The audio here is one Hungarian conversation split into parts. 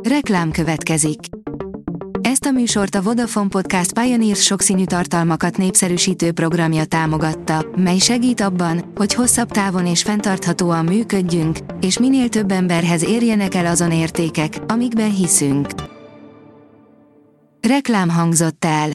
Reklám következik. Ezt a műsort a Vodafone Podcast Pioneers sokszínű tartalmakat népszerűsítő programja támogatta, mely segít abban, hogy hosszabb távon és fenntarthatóan működjünk, és minél több emberhez érjenek el azon értékek, amikben hiszünk. Reklám hangzott el.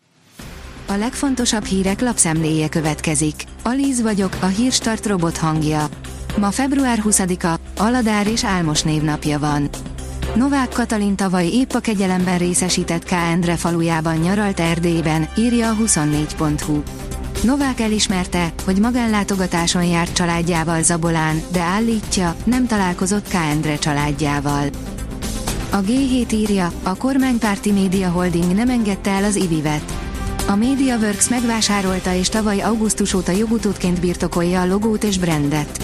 A legfontosabb hírek lapszemléje következik. Alíz vagyok, a Hírstart robot hangja. Ma február 20-a, Aladár és Álmos névnapja van. Novák Katalin tavaly épp a kegyelemben részesített K. Endre falujában nyaralt Erdélyben, írja a 24.hu. Novák elismerte, hogy magánlátogatáson járt családjával Zabolán, de állítja, nem találkozott K. Endre családjával. A G7 írja, a kormánypárti Média Holding nem engedte el az IVIV-et. A MediaWorks megvásárolta és tavaly augusztus óta jogutódként birtokolja a logót és brandet.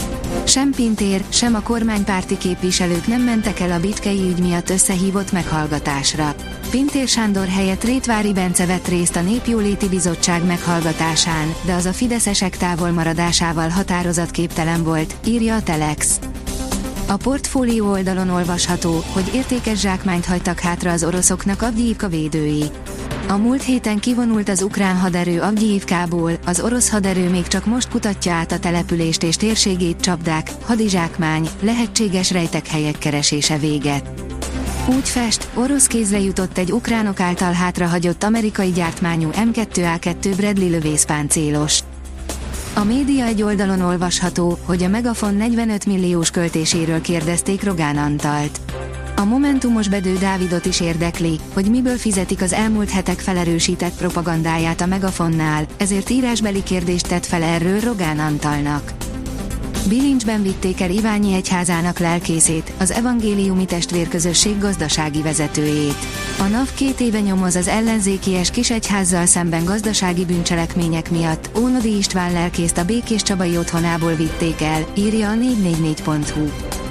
Sem Pintér, sem a kormánypárti képviselők nem mentek el a Bitkei ügy miatt összehívott meghallgatásra. Pintér Sándor helyett Rétvári Bence vett részt a Népjóléti Bizottság meghallgatásán, de az a fideszesek távolmaradásával határozatképtelen volt, írja a Telex. A portfólió oldalon olvasható, hogy értékes zsákmányt hagytak hátra az oroszoknak Avgyivka védői. A múlt héten kivonult az ukrán haderő Avgyivkából, az orosz haderő még csak most kutatja át a települést és térségét, csapdák, hadizsákmány, lehetséges rejtekhelyek keresése véget. Úgy fest, orosz kézre jutott egy ukránok által hátrahagyott amerikai gyártmányú M2A2 Bradley lövészpáncélos. A média egy oldalon olvasható, hogy a Megafon 45 milliós költéséről kérdezték Rogán Antalt. A momentumos Bedő Dávidot is érdekli, hogy miből fizetik az elmúlt hetek felerősített propagandáját a Megafonnál, ezért írásbeli kérdést tett fel erről Rogán Antalnak. Bilincsben vitték el Iványi egyházának lelkészét, az evangéliumi testvérközösség gazdasági vezetőjét. A NAV 2 éve nyomoz az ellenzékies kisegyházzal szemben gazdasági bűncselekmények miatt, Ónodi István lelkészt a Békés Csabai otthonából vitték el, írja a 444.hu.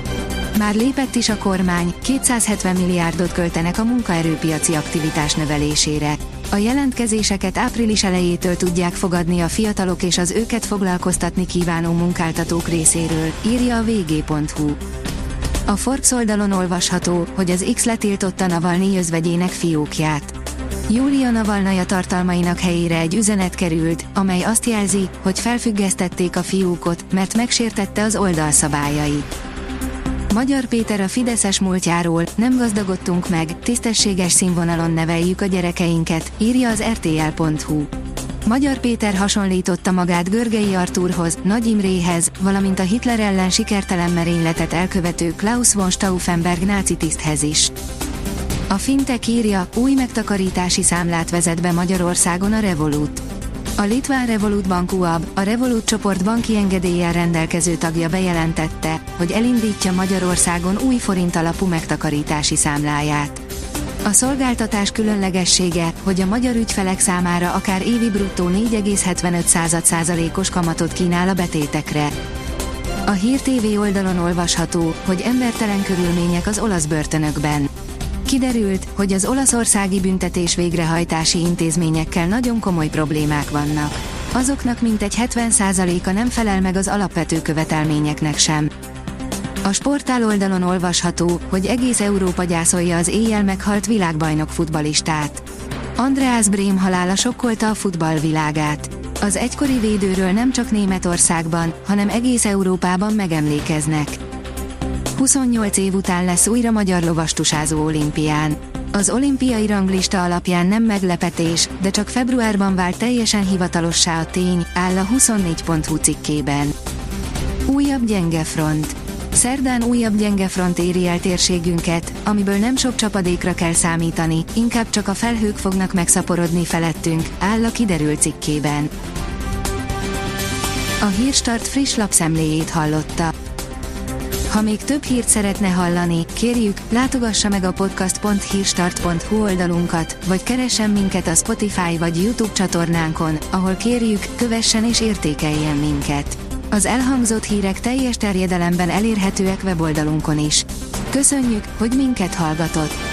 Már lépett is a kormány, 270 milliárdot költenek a munkaerőpiaci aktivitás növelésére. A jelentkezéseket április elejétől tudják fogadni a fiatalok és az őket foglalkoztatni kívánó munkáltatók részéről, írja a vg.hu. A Forbes oldalon olvasható, hogy az X letiltotta Navalnyi özvegyének fiókját. Júlia Navalnaja tartalmainak helyére egy üzenet került, amely azt jelzi, hogy felfüggesztették a fiókot, mert megsértette az oldal szabályait. Magyar Péter a fideszes múltjáról, nem gazdagodtunk meg, tisztességes színvonalon neveljük a gyerekeinket, írja az rtl.hu. Magyar Péter hasonlította magát Görgei Artúrhoz, Nagy Imréhez, valamint a Hitler ellen sikertelen merényletet elkövető Klaus von Stauffenberg náci tiszthez is. A Fintech írja, új megtakarítási számlát vezet be Magyarországon a Revolut. A litván Revolut Bank UAB, a Revolut csoport banki engedéllyel rendelkező tagja bejelentette, hogy elindítja Magyarországon új forint alapú megtakarítási számláját. A szolgáltatás különlegessége, hogy a magyar ügyfelek számára akár évi bruttó 4,75%-os kamatot kínál a betétekre. A Hír TV oldalon olvasható, hogy embertelen körülmények az olasz börtönökben. Kiderült, hogy az olaszországi büntetés végrehajtási intézményekkel nagyon komoly problémák vannak. Azoknak mintegy 70%-a nem felel meg az alapvető követelményeknek sem. A Sportál oldalon olvasható, hogy egész Európa gyászolja az éjjel meghalt világbajnok futballistát. Andreas Brém halála sokkolta a futballvilágát. Az egykori védőről nem csak Németországban, hanem egész Európában megemlékeznek. 28 év után lesz újra magyar lovastusázó olimpián. Az olimpiai ranglista alapján nem meglepetés, de csak februárban vált teljesen hivatalossá a tény, áll a 24.hu cikkében. Újabb gyenge front. Szerdán újabb gyenge front éri el térségünket, amiből nem sok csapadékra kell számítani, inkább csak a felhők fognak megszaporodni felettünk, áll a Kiderült cikkében. A Hírstart friss lapszemléjét hallotta. Ha még több hírt szeretne hallani, kérjük, látogassa meg a podcast.hírstart.hu oldalunkat, vagy keressen minket a Spotify vagy YouTube csatornánkon, ahol kérjük, kövessen és értékeljen minket. Az elhangzott hírek teljes terjedelemben elérhetőek weboldalunkon is. Köszönjük, hogy minket hallgatott!